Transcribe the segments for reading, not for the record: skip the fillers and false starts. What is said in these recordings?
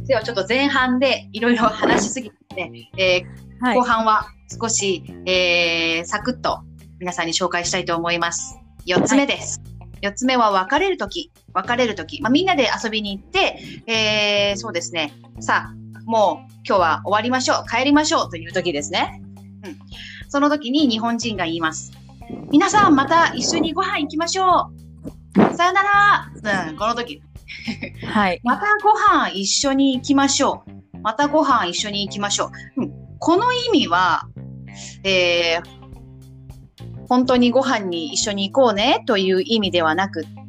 ではちょっと前半でいろいろ話しすぎて、後半は少し、サクッと皆さんに紹介したいと思います。4つ目です。4つ目は別れるとき。みんなで遊びに行って、そうですね。さあ、もう今日は終わりましょう。帰りましょうという時ですね。その時に日本人が言います。皆さんまた一緒にご飯行きましょう。さよなら。この時。またご飯一緒に行きましょう。またご飯一緒に行きましょう。この意味は、本当にご飯に一緒に行こうねという意味ではなくって、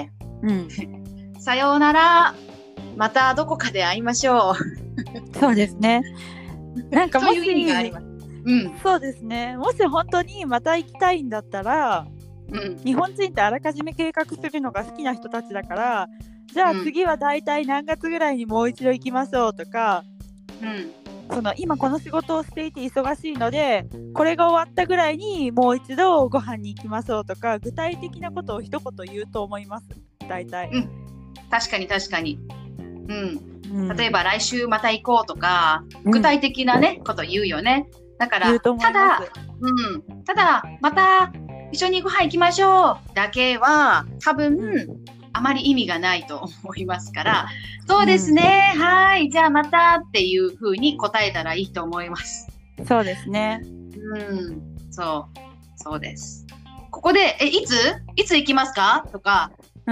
さようなら、またどこかで会いましょう。 そうですね。なんかもしそういう意味があります。 そうですね。もし本当にまた行きたいんだったら、日本人ってあらかじめ計画するのが好きな人たちだから、じゃあ次はだいたい何月ぐらいにもう一度行きましょうとか、今この仕事をしていて忙しいのでこれが終わったぐらいにもう一度ご飯に行きましょうとか、具体的なことを一言言うと思います。大体、 確かに、例えば来週また行こうとか、具体的なね、こと言うよね。だからただまた一緒にご飯行きましょうだけは多分、あまり意味がないと思いますから、そうですね、はい、じゃあまたっていう風に答えたらいいと思います。 そうですね。 そうです。ここでいつ行きますかとか、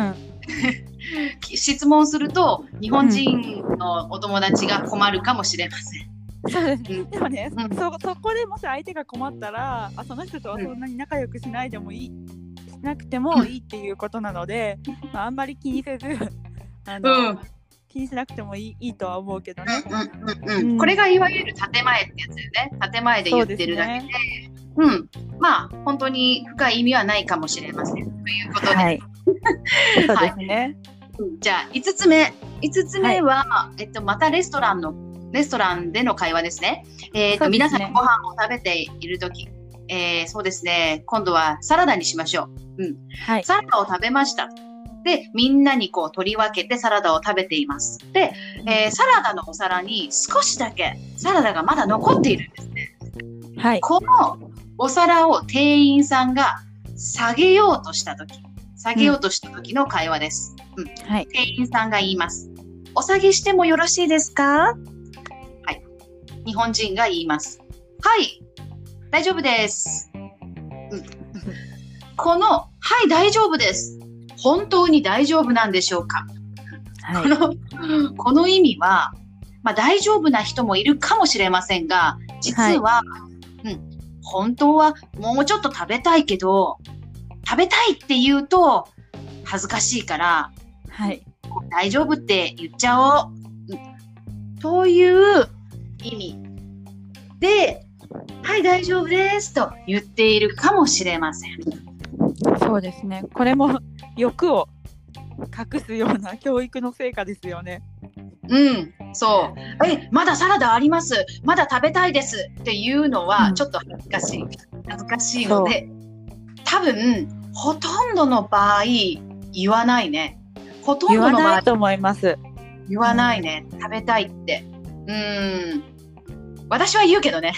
質問すると日本人のお友達が困るかもしれません。 そうですね。でもね、そこでもし相手が困ったら、その人とはそんなに仲良くしないでもいい、しなくてもいいっていうことなので、あんまり気にせず気にしなくてもいいとは思うけどね。 これがいわゆる建前ってやつだよね。建前で言ってるだけで、本当に深い意味はないかもしれませんということで、 そうですね。 じゃあ5つ目は、またレストランでの会話ですね。皆さんご飯を食べているとき、そうですね、今度はサラダにしましょう。サラダを食べました。で、みんなにこう取り分けてサラダを食べています。で、サラダのお皿に少しだけサラダがまだ残っているんですね。このお皿を店員さんが下げようとしたときの会話です。店員さんが言います。お下げしてもよろしいですか？日本人が言います。はい、大丈夫です。この、はい、大丈夫です。本当に大丈夫なんでしょうか？この意味は、大丈夫な人もいるかもしれませんが、実は、本当はもうちょっと食べたいけど、食べたいって言うと恥ずかしいから、大丈夫って言っちゃおう。という意味で、はい、大丈夫ですと言っているかもしれません。 そうですね。これも欲を隠すような教育の成果ですよね。 そう。まだサラダあります。まだ食べたいですっていうのはちょっと恥ずかしいので、多分ほとんどの場合言わないね。ほとんどの場合言わないと思います。 言わないね。食べたいって。私は言うけどね。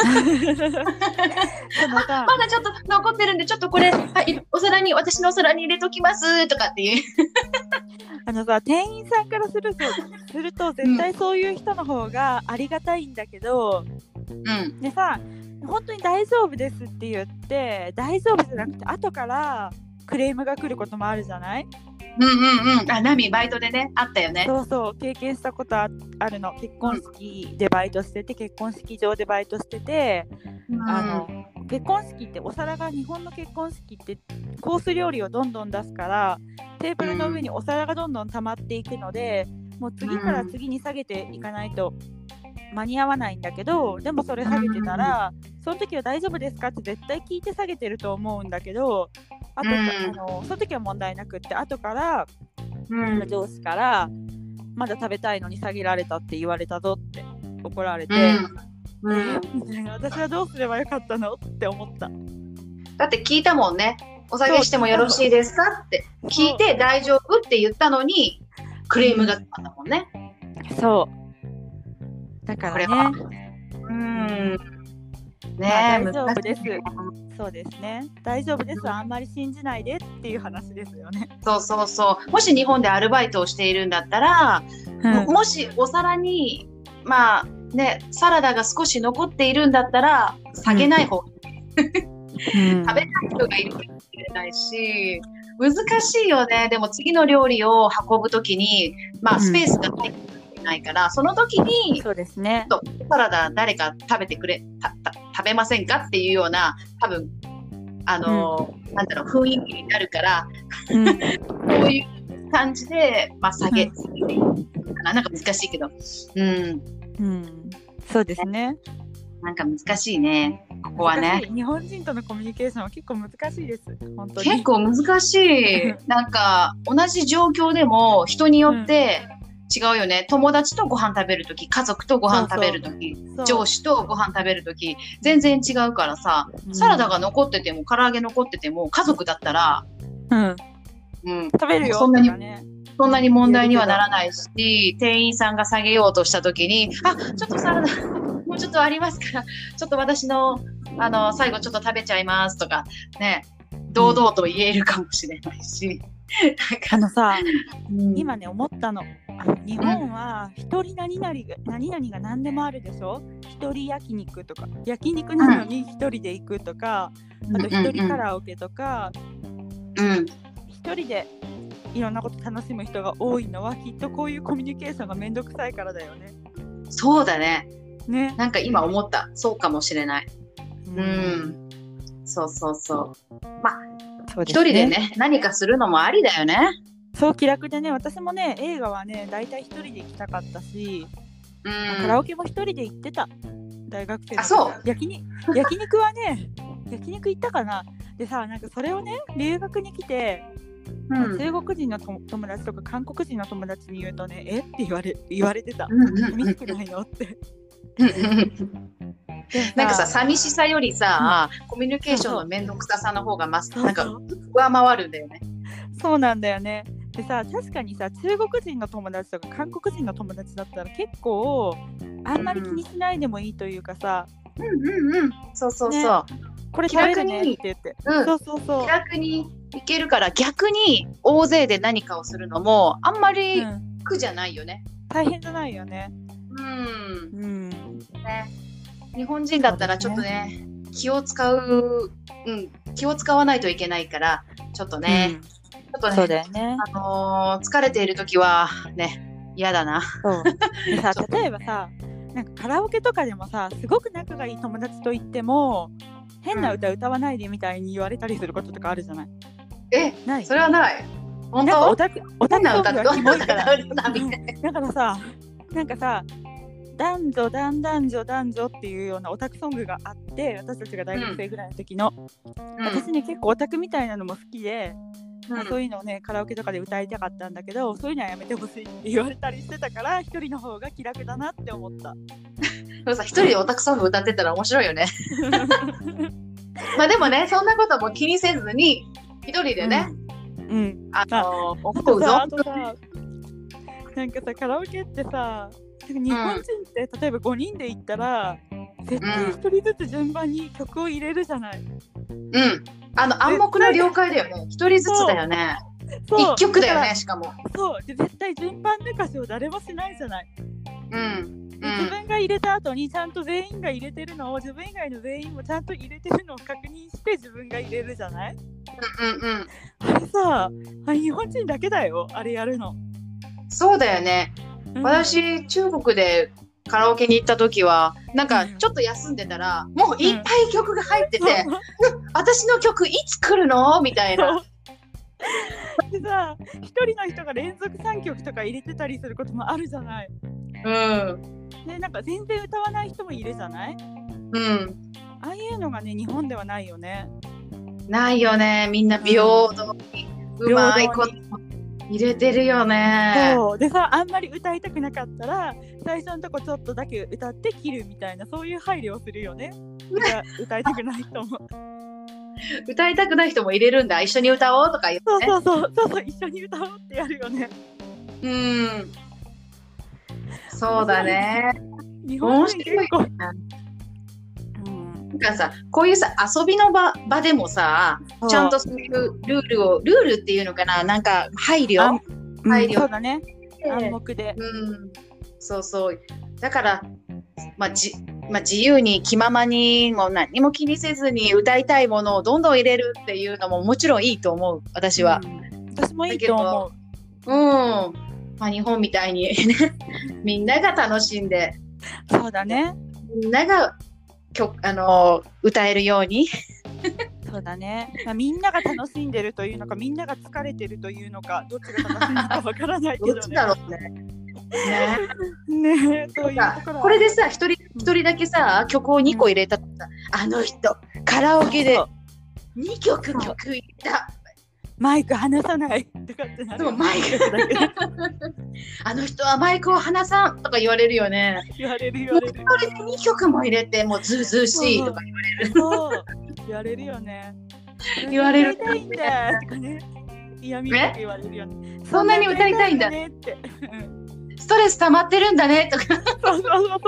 まだちょっと残ってるんで、ちょっとこれ、私のお皿に入れときますとかっていう。 店員さんからすると絶対そういう人の方がありがたいんだけど、でさ、本当に大丈夫ですって言って、大丈夫じゃなくて後からクレームが来ることもあるじゃない？ バイトでね、あったよね。 そう経験したことあるの。結婚式でバイトしてて、結婚式場でバイトしてて、結婚式ってお皿が、日本の結婚式ってコース料理をどんどん出すからテーブルの上にお皿がどんどん溜まっていくので、もう次から次に下げていかないと間に合わないんだけど、でもそれ下げてたら、その時は大丈夫ですかって絶対聞いて下げてると思うんだけど、その時は問題なくって、後から、上司からまだ食べたいのに下げられたって言われたぞって怒られて、私はどうすればよかったのって思った。 だって聞いたもんね。お下げしてもよろしいですかって聞いて大丈夫って言ったのにクレームが来たもんね。 そうだからね、 ね、 大丈夫です。そうですね。大丈夫です。あんまり信じないでっていう話ですよね。 そうそうそう。もし日本でアルバイトをしているんだったら、もしお皿に、まあね、サラダが少し残っているんだったら、下げない方が食べない人がいるかもしれないし、難しいよね。でも次の料理を運ぶときに、まあスペースがないから、その時に、 そうですね。 サラダ誰か食べてくれ、食べませんかっていうような、多分、なんだろう、雰囲気になるから、こういう感じで、まあ、下げていいかな。なんか難しいけど。 そうですね。 なんか難しいね。ここはね。 日本人とのコミュニケーションは結構難しいです。本当に。 結構難しい。なんか、同じ状況でも、人によって、違うよね。友達とご飯食べるとき、家族とご飯食べるとき、上司とご飯食べるとき、全然違うからさ、サラダが残ってても、唐揚げ残ってても、家族だったら、 食べるよ。 そんなに問題にはならないし、店員さんが下げようとしたときに、あ、ちょっとサラダ、もうちょっとありますから、ちょっと私の、最後ちょっと食べちゃいますとか、ね、堂々と言えるかもしれないし。 今ね、思ったの。日本は一人何々が何でもあるでしょ。一人焼肉とか、焼肉なのに一人で行くとか、あと一人カラオケとか、一人でいろんなこと楽しむ人が多いのはきっとこういうコミュニケーションがめんどくさいからだよね。 そうだね。なんか今思った。そうかもしれない。そうそうそう。まあ、一人でね、何かするのもありだよね。 そう、気楽でね、私もね、映画はね、大体一人で行きたかったし、カラオケも一人で行ってた。大学生の時。 そう。 焼肉はね、焼肉行ったかな。でさ、なんかそれをね、留学に来て、中国人の友達とか韓国人の友達に言うとね、えって言われてた。寂しくないのって。 なんかさ、寂しさよりさ、コミュニケーションのめんどくささの方がなんか上回るんだよね。 そうなんだよね。でさ、確かにさ、中国人の友達とか韓国人の友達だったら結構あんまり気にしないでもいいというかさ、 そうそうそう。 これ気楽にって言って、 気楽にいけるから、逆に大勢で何かをするのもあんまり苦じゃないよね。 大変じゃないよね。 ね、日本人だったらちょっとね、気を使わないといけないから、ちょっとね、 そうだよね。 疲れているときはね、嫌だな。 でさ、例えばさ、なんかカラオケとかでもさ、すごく仲がいい友達と言っても、変な歌歌わないでみたいに言われたりすることとかあるじゃない。 ない？それはない。本当？ オタクソングがキモいから。だからさ、なんかさ、男女っていうようなオタクソングがあって、私たちが大学生ぐらいの時の、私ね、結構オタクみたいなのも好きで、そういうのをね、カラオケとかで歌いたかったんだけど、そういうのはやめてほしいって言われたりしてたから、一人の方が気楽だなって思った。 一人でオタクソング歌ってたら面白いよね。まあでもね、そんなことも気にせずに一人でね、思うぞ。 なんかさ、カラオケってさ、日本人って例えば5人で行ったら、絶対1人ずつ順番に曲を入れるじゃない。 暗黙の了解だよね。1人ずつだよね。1曲だよね、しかも。 そうで、絶対順番抜かしを誰もしないじゃない。自分が入れた後にちゃんと全員が入れてるのを、自分以外の全員もちゃんと入れてるのを確認して自分が入れるじゃない。あれさ、日本人だけだよ、あれやるの。 そうだよね。私、中国でカラオケに行った時は、なんかちょっと休んでたら、もういっぱい曲が入ってて、私の曲いつ来るのみたいな。 でさ、一人の人が連続3曲とか入れてたりすることもあるじゃない。で、なんか全然歌わない人もいるじゃない。ああいうのがね、日本ではないよね。 ないよね。みんな平等に、うまいこと入れてるよね。 そうでさ、あんまり歌いたくなかったら最初のとこちょっとだけ歌って切るみたいな、そういう配慮をするよね。歌いたくない人も歌いたくない人も入れるんだ。一緒に歌おうとか言って、ね、 そう一緒に歌おうってやるよね。 そうだね。 日本人結構、 なんかさ、こういうさ、遊びの場でもさ、ちゃんとそういうルールっていうのかな、なんか配慮そうだね。暗黙で。 そうそう。だから、自由に気ままにもう何も気にせずに歌いたいものをどんどん入れるっていうのももちろんいいと思う、私は。 私もいいと思う。日本みたいにみんなが楽しんで。 そうだね。 みんなが歌えるように。 そうだね。みんなが楽しんでるというのか、みんなが疲れてるというのか、どっちが正しいのかわからないけどね。 どっちだろうね。 ね、そういうところ。 これでさ、一人だけさ、曲を2個入れたってさ、あの人カラオケで2曲入れた。 マイク離さないとかってなる。 そう、マイクあの人はマイクを離さんとか言われるよね。 言われる。 それで2曲も入れてもうずうずうしいとか言われる。 そう言われるよね。 言われる。 歌いたいんだとかね。嫌味って言われるよね。 そんなに歌いたいんだねって。ストレス溜まってるんだねとか。 そう。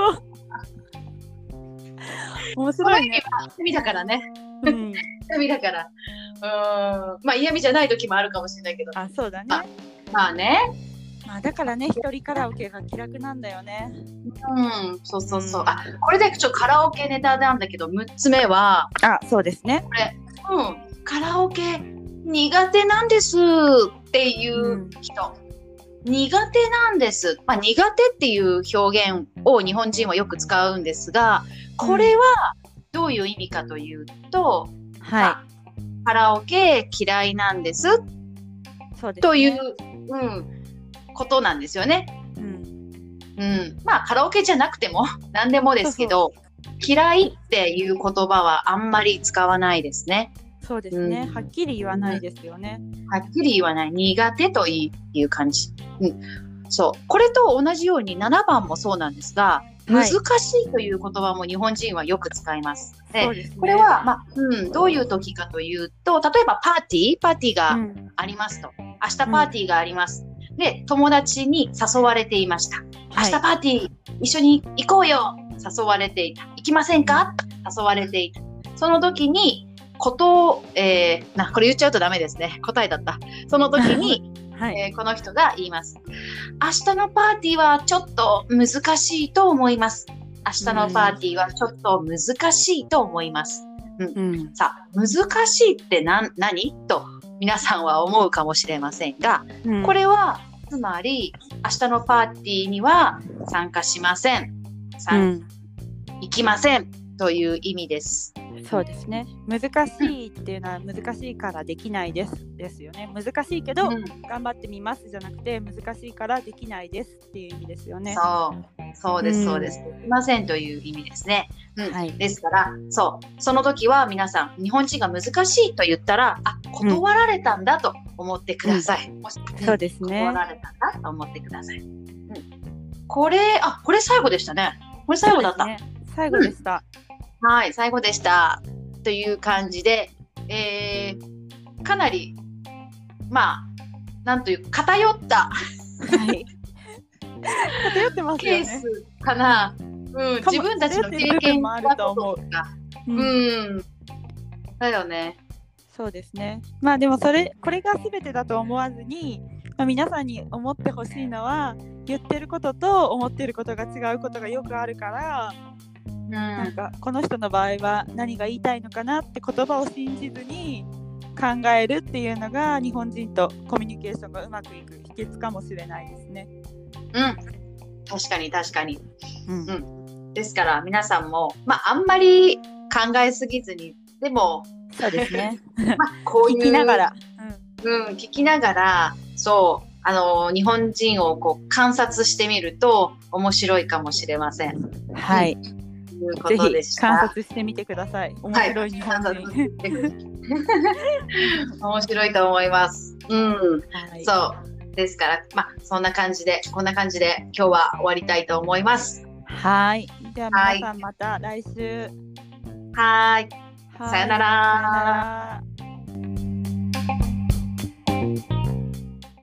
面白いね。 意味だからね。意味だから。嫌味じゃない時もあるかもしれないけど。 そうだね。 まあね。 だからね、一人カラオケが気楽なんだよね。 そう。これでちょっとカラオケネタなんだけど、6つ目は。 そうですね。 これ、カラオケ苦手なんですっていう人。苦手なんです。苦手っていう表現を日本人はよく使うんですが、これはどういう意味かというと、カラオケ嫌いなんです、という、ことなんですよね。カラオケじゃなくても何でもですけど、嫌いっていう言葉はあんまり使わないですね。 そうですね。はっきり言わないですよね。 はっきり言わない。苦手という感じ。そう。これと同じように7番もそうなんですが、難しいという言葉も日本人はよく使います。これは、どういう時かというと、例えばパーティーがありますと。明日パーティーがあります。で、友達に誘われていました。明日パーティー一緒に行こうよ。誘われていた。行きませんか？誘われていた。その時に、これ言っちゃうとダメですね。答えだった。その時に、この人が言います。明日のパーティーはちょっと難しいと思います。明日のパーティーはちょっと難しいと思います。さあ、難しいって何と皆さんは思うかもしれませんが、これはつまり明日のパーティーには参加しません。行きませんという意味です。 そうですね。難しいっていうのは難しいからできないですよね。難しいけど、頑張ってみますじゃなくて、難しいからできないですっていう意味ですよね。 そうです。できませんという意味ですね。ですから、その時は皆さん、日本人が難しいと言ったら、断られたんだと思ってください。 そうですね。 断られたんだと思ってください。これ最後でしたね。これ最後だった。 最後でした。 最後でした。という感じで、かなり、なんという偏った、 偏ってますよね。 ケースかな。自分たちの経験もあると思う。 だよね。 そうですね。でもこれが全てだと思わずに、皆さんに思ってほしいのは、言ってることと思ってることが違うことがよくあるから、なんかこの人の場合は何が言いたいのかなって言葉を信じずに考えるっていうのが日本人とコミュニケーションがうまくいく秘訣かもしれないですね。 確かに。ですから皆さんも、あんまり考えすぎずに、でもそうですね。 こういう聞きながら、 聞きながら、日本人を観察してみると面白いかもしれません。 ぜひ観察してみてください。面白い日本人。 面白いと思います。そうですから、こんな感じで今日は終わりたいと思います。 では皆さんまた来週。 さよなら。